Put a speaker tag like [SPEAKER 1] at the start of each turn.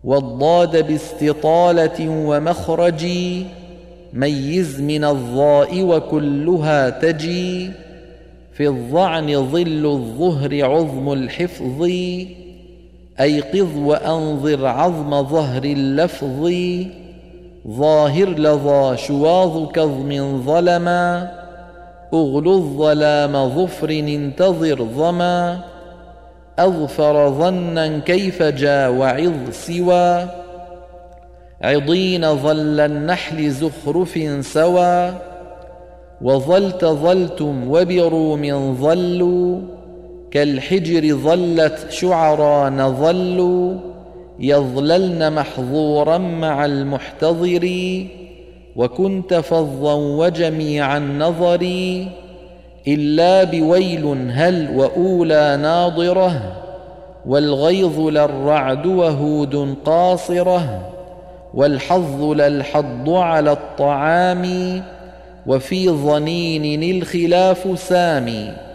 [SPEAKER 1] والضاد باستطالة ومخرج ميز من الضاء وكلها تجي في الظعن ظل الظهر عظم الحفظ أيقظ وأنظر عظم ظهر اللفظ ظاهر لظى شواظ كظم ظلما أغلظ ظلام ظفر انتظر ظما أظفر ظنا كيف جا وعظ سوى عضين ظل النحل زخرف سوى وظلت ظلتم وبروم ظلوا كالحجر ظلت شعران ظلوا يظللن محظورا مع المحتضر وكنت فظا وجميع النظر إلا بويل هل وأولى ناضرة والغيظ للرعد وهود قاصرة والحظ للحض على الطعام وفي ظنين الخلاف سامي